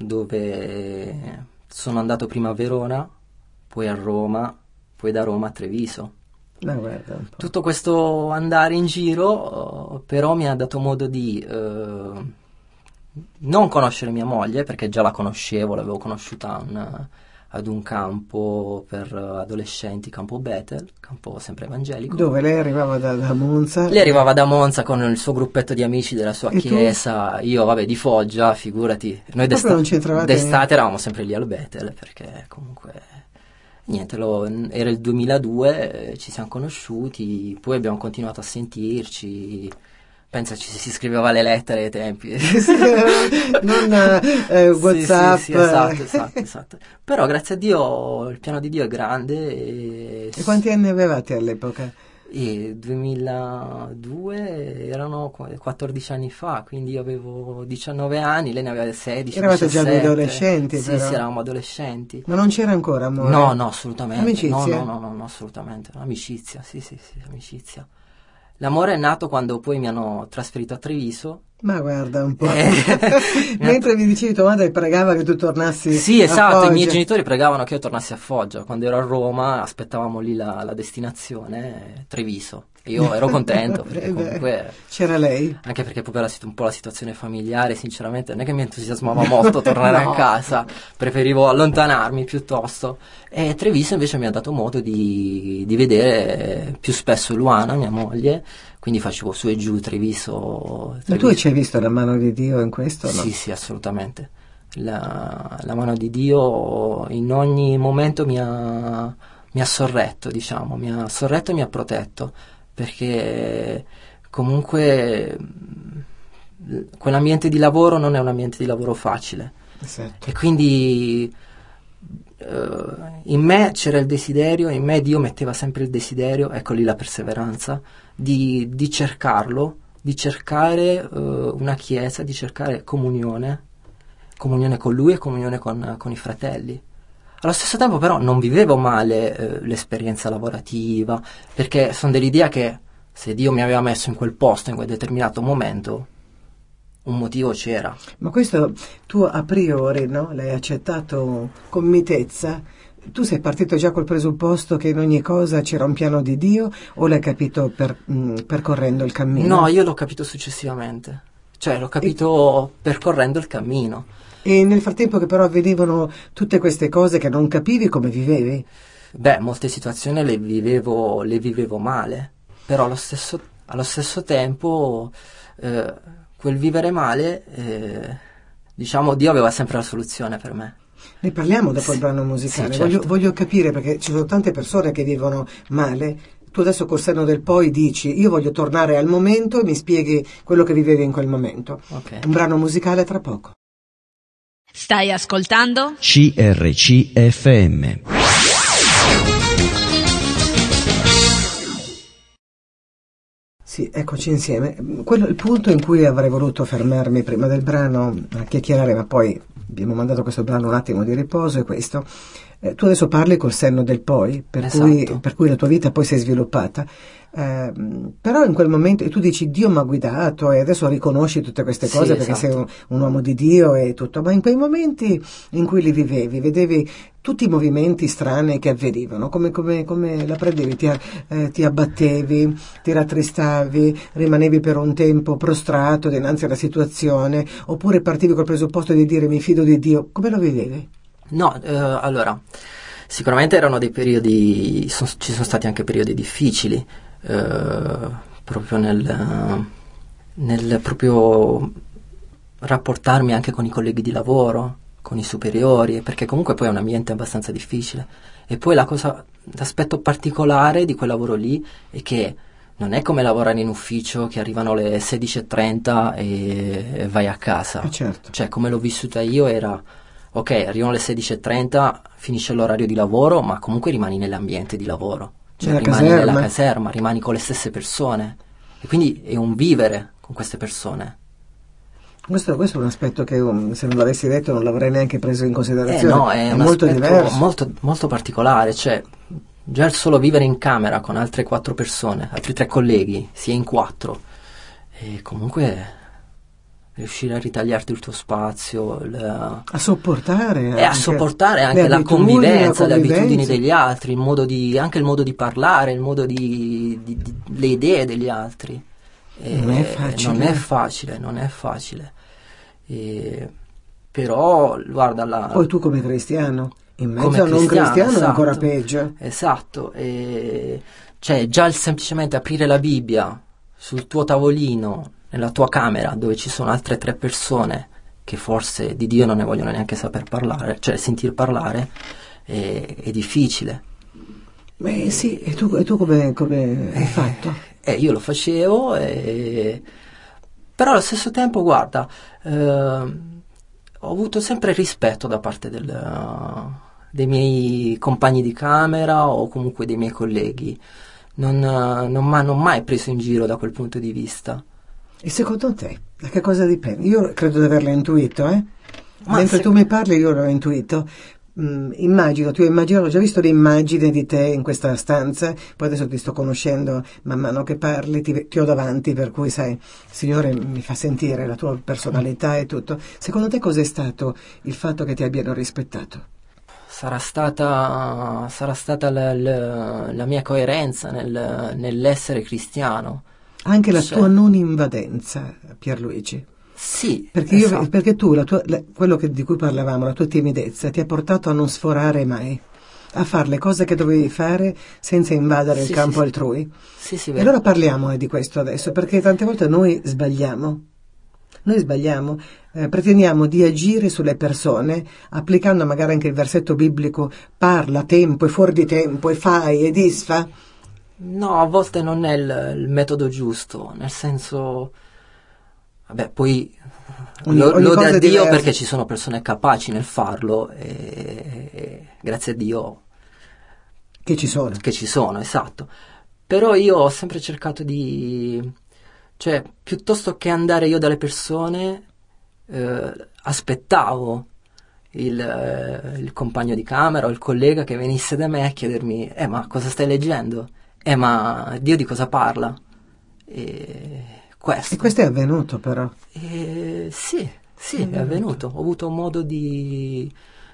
dove... Sono andato prima a Verona, poi a Roma, poi da Roma a Treviso. No, guarda un po'. Tutto questo andare in giro uh, però mi ha dato modo di uh, non conoscere mia moglie, perché già la conoscevo, l'avevo conosciuta un, ad un campo per adolescenti, campo Bethel, campo sempre evangelico. Dove lei arrivava da, da Monza? Lei arrivava da Monza con il suo gruppetto di amici della sua e chiesa, tu? Io vabbè di Foggia, figurati. Noi d'esta- non c'entravate d'estate eravamo sempre lì al Bethel, perché comunque niente, lo, era il duemiladue, ci siamo conosciuti, poi abbiamo continuato a sentirci. Pensa, ci si scriveva le lettere ai tempi. non eh, WhatsApp. Sì, sì, sì, esatto, esatto, esatto. Però grazie a Dio il piano di Dio è grande. E, e quanti anni avevate all'epoca? E duemiladue erano quattordici anni fa, quindi io avevo diciannove anni, lei ne aveva sedici. Eravate diciassette. già due adolescenti, sì, però. Sì, eravamo adolescenti. Ma non c'era ancora amore? No, no, assolutamente. Amicizia? No, no, no, no, assolutamente. Amicizia, sì, sì, sì, amicizia. L'amore è nato quando poi mi hanno trasferito a Treviso. Ma guarda un po'. Eh, mentre mi dicevi tua madre pregava che tu tornassi sì, a esatto, Foggia. I miei genitori pregavano che io tornassi a Foggia. Quando ero a Roma aspettavamo lì la, la destinazione, Treviso. Io ero contento, perché Eh beh, comunque... c'era lei? Anche perché proprio la, sit- un po' la situazione familiare, sinceramente, non è che mi entusiasmava molto tornare No. a casa, preferivo allontanarmi piuttosto. E Treviso invece mi ha dato modo di, di vedere più spesso Luana, mia moglie, quindi facevo su e giù Treviso. Ma Treviso. tu ci hai visto la mano di Dio in questo, no? Sì, sì, assolutamente. La, la mano di Dio in ogni momento mi ha, mi ha sorretto, diciamo, mi ha sorretto e mi ha protetto, perché comunque mh, quell'ambiente di lavoro non è un ambiente di lavoro facile. Esatto. E quindi eh, in me c'era il desiderio, in me Dio metteva sempre il desiderio, ecco lì la perseveranza, di, di cercarlo, di cercare eh, una chiesa, di cercare comunione, comunione con Lui e comunione con, con i fratelli. Allo stesso tempo però non vivevo male eh, l'esperienza lavorativa, perché sono dell'idea che se Dio mi aveva messo in quel posto, in quel determinato momento, un motivo c'era. Ma questo tu a priori, no? L'hai accettato con mitezza? Tu sei partito già col presupposto che in ogni cosa c'era un piano di Dio, o l'hai capito per, mh, percorrendo il cammino? No, io l'ho capito successivamente, cioè l'ho capito e... percorrendo il cammino. E nel frattempo che però avvenivano tutte queste cose che non capivi, come vivevi? Beh, molte situazioni le vivevo, le vivevo male, però allo stesso, allo stesso tempo eh, quel vivere male, eh, diciamo, Dio aveva sempre la soluzione per me. Ne parliamo dopo Sì, il brano musicale. sì, voglio, certo. voglio capire, perché ci sono tante persone che vivono male. Tu adesso col senno del poi dici: io voglio tornare al momento e mi spieghi quello che vivevi in quel momento. Ok. Un brano musicale tra poco. Stai ascoltando? C R C F M. Sì, eccoci insieme. Quello, il punto in cui avrei voluto fermarmi prima del brano a chiacchierare, ma poi abbiamo mandato questo brano un attimo di riposo, è questo. Eh, tu adesso parli col senno del poi, per, Esatto. cui, per cui la tua vita poi si è sviluppata. Eh, però in quel momento e tu dici: Dio mi ha guidato, e adesso riconosci tutte queste Sì, cose perché esatto. sei un, un uomo di Dio e tutto, ma in quei momenti in cui li vivevi, vedevi tutti i movimenti strani che avvenivano, come, come, come la prendevi? Ti, eh, ti abbattevi, ti rattristavi, rimanevi per un tempo prostrato dinanzi alla situazione, oppure partivi col presupposto di dire: mi fido di Dio? Come lo vivevi? No, eh, allora, sicuramente erano dei periodi, son- ci sono stati anche periodi difficili, eh, proprio nel, nel proprio rapportarmi anche con i colleghi di lavoro, con i superiori, perché comunque poi è un ambiente abbastanza difficile. E poi la cosa, l'aspetto particolare di quel lavoro lì è che non è come lavorare in ufficio, che arrivano alle sedici e trenta e, e vai a casa. Eh, certo. Cioè, come l'ho vissuta io era: ok, arrivano alle sedici e trenta, finisce l'orario di lavoro, ma comunque rimani nell'ambiente di lavoro. Cioè Nella rimani caserma. nella caserma, rimani con le stesse persone. E quindi è un vivere con queste persone. Questo, questo è un aspetto che um, se non l'avessi detto non l'avrei neanche preso in Eh considerazione. no, è, un molto aspetto diverso. molto, molto particolare. Cioè, già il solo vivere in camera con altre quattro persone, altri tre colleghi, si è in quattro. E comunque riuscire a ritagliarti il tuo spazio, il, A sopportare e a anche sopportare le anche la abitudini, convivenza, la le abitudini convivenza. degli altri, il modo di, anche il modo di parlare, il modo di, di- di- le idee degli altri. E Non è facile. Non è facile, non è facile. E, però, guarda, la, Poi tu come cristiano, in mezzo come a non cristiano, cristiano è esatto. ancora peggio. Esatto, e, cioè già il semplicemente aprire la Bibbia sul tuo tavolino, nella tua camera, dove ci sono altre tre persone che forse di Dio non ne vogliono neanche saper parlare, cioè sentir parlare, è, è difficile. Beh sì, e tu, e tu come, come hai fatto? E io lo facevo, e... però allo stesso tempo, guarda, eh, ho avuto sempre rispetto da parte del, dei miei compagni di camera o comunque dei miei colleghi. Non, non mi hanno mai preso in giro da quel punto di vista. E secondo te, da che cosa dipende? Io credo di averlo intuito, eh? Ma Mentre se- tu mi parli io l'ho intuito. Mm, immagino, ti ho immaginato, ho già visto l'immagine di te in questa stanza, poi adesso ti sto conoscendo man mano che parli, ti, ti ho davanti, per cui sai, il Signore mi fa sentire la tua personalità e tutto. Secondo te cos'è stato il fatto che ti abbiano rispettato? sarà stata, sarà stata la, la, la mia coerenza nel, nell'essere cristiano. Anche la Cioè, tua non invadenza, Pierluigi. Sì, Perché, io, esatto. perché tu, la tua, la, quello che, di cui parlavamo, la tua timidezza, ti ha portato a non sforare mai, a fare le cose che dovevi fare senza invadere Sì, il campo sì, altrui. Sì, sì, E vero. allora parliamone di questo adesso, perché tante volte noi sbagliamo. Noi sbagliamo, eh, pretendiamo di agire sulle persone, applicando magari anche il versetto biblico, parla, tempo e fuori di tempo, e fai e disfa. No, a volte non è il, il metodo giusto, nel senso, vabbè, poi Ogni- lo, ogni lode cosa a è Dio diversa. perché ci sono persone capaci nel farlo e, e grazie a Dio Che ci sono. che ci sono, esatto. Però io ho sempre cercato di, cioè, piuttosto che andare io dalle persone, eh, aspettavo il, eh, il compagno di camera o il collega che venisse da me a chiedermi, eh ma cosa stai leggendo? Eh ma Dio di cosa parla? E questo. E questo è avvenuto però. E sì, sì, È è avvenuto. Ho avuto modo di,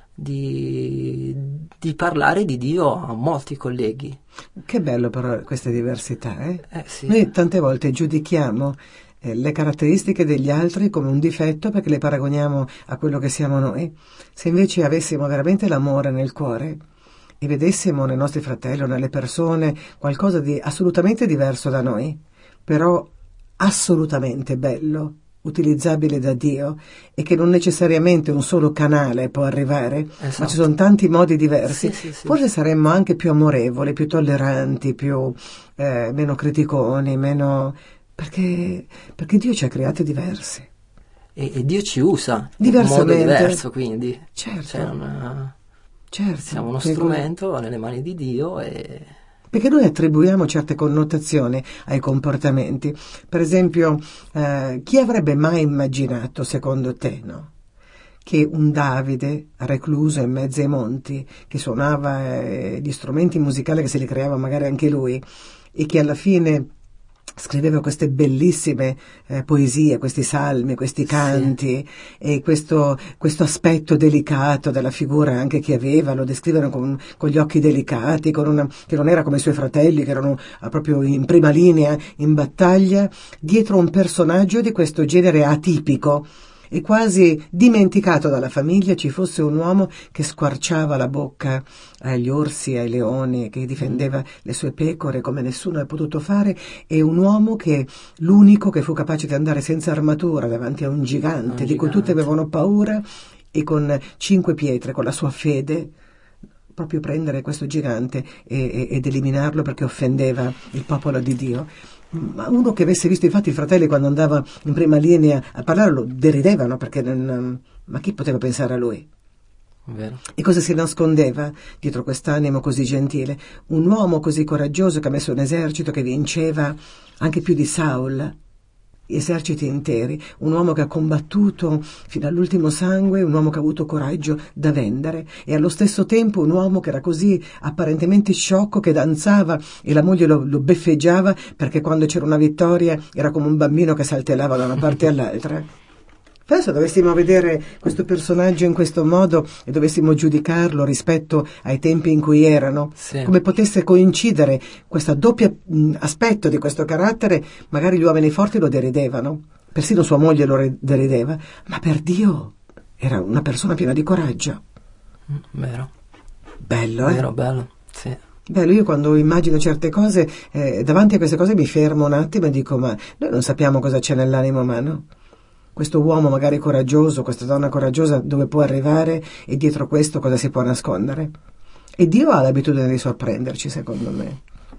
di, di parlare di Dio a molti colleghi. Che bello però queste diversità, eh? Eh sì. Noi tante volte giudichiamo eh, le caratteristiche degli altri come un difetto perché le paragoniamo a quello che siamo noi. Se invece avessimo veramente l'amore nel cuore e vedessimo nei nostri fratelli o nelle persone qualcosa di assolutamente diverso da noi, però assolutamente bello, utilizzabile da Dio e che non necessariamente un solo canale può arrivare, Esatto. ma ci sono tanti modi diversi, Sì, sì, sì. forse saremmo anche più amorevoli, più tolleranti, più eh, meno criticoni, meno perché, perché Dio ci ha creati diversi. E, e Dio ci usa in modo Diversamente. diverso, quindi. Certo. Cioè, non- Certo. siamo uno Perché- strumento nelle mani di Dio e... Perché noi attribuiamo certe connotazioni ai comportamenti. Per esempio, eh, chi avrebbe mai immaginato, secondo te, no? Che un Davide recluso in mezzo ai monti, che suonava eh, gli strumenti musicali che se li creava magari anche lui, e che alla fine scriveva queste bellissime eh, poesie, questi salmi, questi canti e questo, questo aspetto delicato della figura anche che aveva, lo descrivono con, con gli occhi delicati, con una, che non era come i suoi fratelli che erano ah, proprio in prima linea in battaglia, dietro un personaggio di questo genere atipico e quasi dimenticato dalla famiglia ci fosse un uomo che squarciava la bocca agli orsi, ai leoni, che difendeva le sue pecore come nessuno ha potuto fare, e un uomo che l'unico che fu capace di andare senza armatura davanti a un gigante, Un di cui gigante. tutti avevano paura, e con cinque pietre, con la sua fede, proprio prendere questo gigante e, e, ed eliminarlo perché offendeva il popolo di Dio. Ma uno che avesse visto infatti i fratelli quando andava in prima linea a parlare lo deridevano perché non, ma chi poteva pensare a lui? Vero. E cosa si nascondeva dietro quest'animo così gentile? Un uomo così coraggioso che ha messo un esercito che vinceva anche più di Saul, eserciti interi, un uomo che ha combattuto fino all'ultimo sangue, un uomo che ha avuto coraggio da vendere, e allo stesso tempo un uomo che era così apparentemente sciocco che danzava e la moglie lo, lo beffeggiava perché quando c'era una vittoria era come un bambino che saltellava da una parte all'altra. Adesso dovessimo vedere questo personaggio in questo modo e dovessimo giudicarlo rispetto ai tempi in cui erano, Sì. come potesse coincidere questo doppio mh, aspetto di questo carattere. Magari gli uomini forti lo deridevano, persino sua moglie lo re- derideva, ma per Dio era una persona piena di coraggio. Mm, Vero. Bello, eh? Vero, bello. Sì. Bello, io quando immagino certe cose, eh, davanti a queste cose mi fermo un attimo e dico, ma noi non sappiamo cosa c'è nell'animo umano. Questo uomo magari coraggioso, questa donna coraggiosa, dove può arrivare e dietro questo cosa si può nascondere? E Dio ha l'abitudine di sorprenderci, secondo me.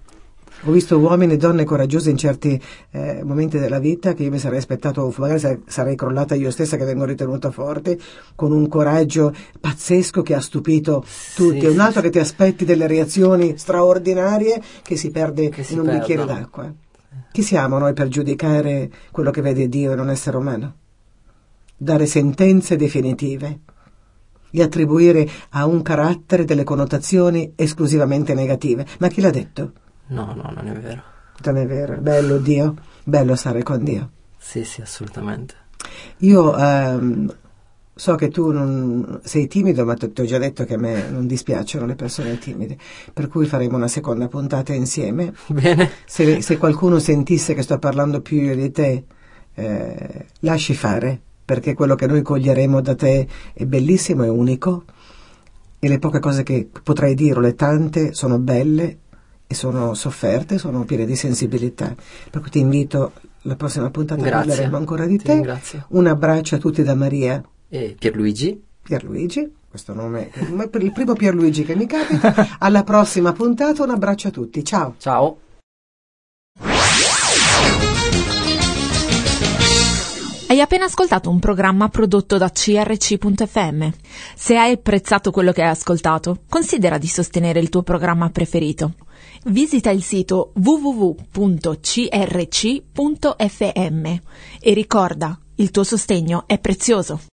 Ho visto uomini e donne coraggiose in certi eh, momenti della vita che io mi sarei aspettato, magari sarei, sarei crollata io stessa che vengo ritenuta forte, con un coraggio pazzesco che ha stupito tutti. Sì, E un sì, altro sì. che ti aspetti delle reazioni straordinarie che si perde Che si in un bicchiere perdono. d'acqua. Chi siamo noi per giudicare quello che vede Dio in un essere umano? Dare sentenze definitive e attribuire a un carattere delle connotazioni esclusivamente negative. Ma chi l'ha detto? No, no, non è vero. Non è vero. Bello Dio, bello stare con Dio. Sì, sì, assolutamente. Io ehm, So che tu non sei timido, ma ti ho già detto che a me non dispiacciono le persone timide, per cui faremo una seconda puntata insieme. Bene. Se, se qualcuno sentisse che sto parlando più io di te, eh, lasci fare, perché quello che noi coglieremo da te è bellissimo, è unico, e le poche cose che potrai dire, o le tante, sono belle e sono sofferte, sono piene di sensibilità. Per cui ti invito alla prossima puntata, Grazie. parleremo ancora di Ti te. ringrazio. Un abbraccio a tutti da Maria. E Pierluigi. Pierluigi, questo nome è il primo Pierluigi che mi capita. Alla prossima puntata, un abbraccio a tutti, ciao. Ciao. Hai appena ascoltato un programma prodotto da C R C punto F M. Se hai apprezzato quello che hai ascoltato, considera di sostenere il tuo programma preferito. Visita il sito w w w punto c r c punto f m e ricorda, il tuo sostegno è prezioso.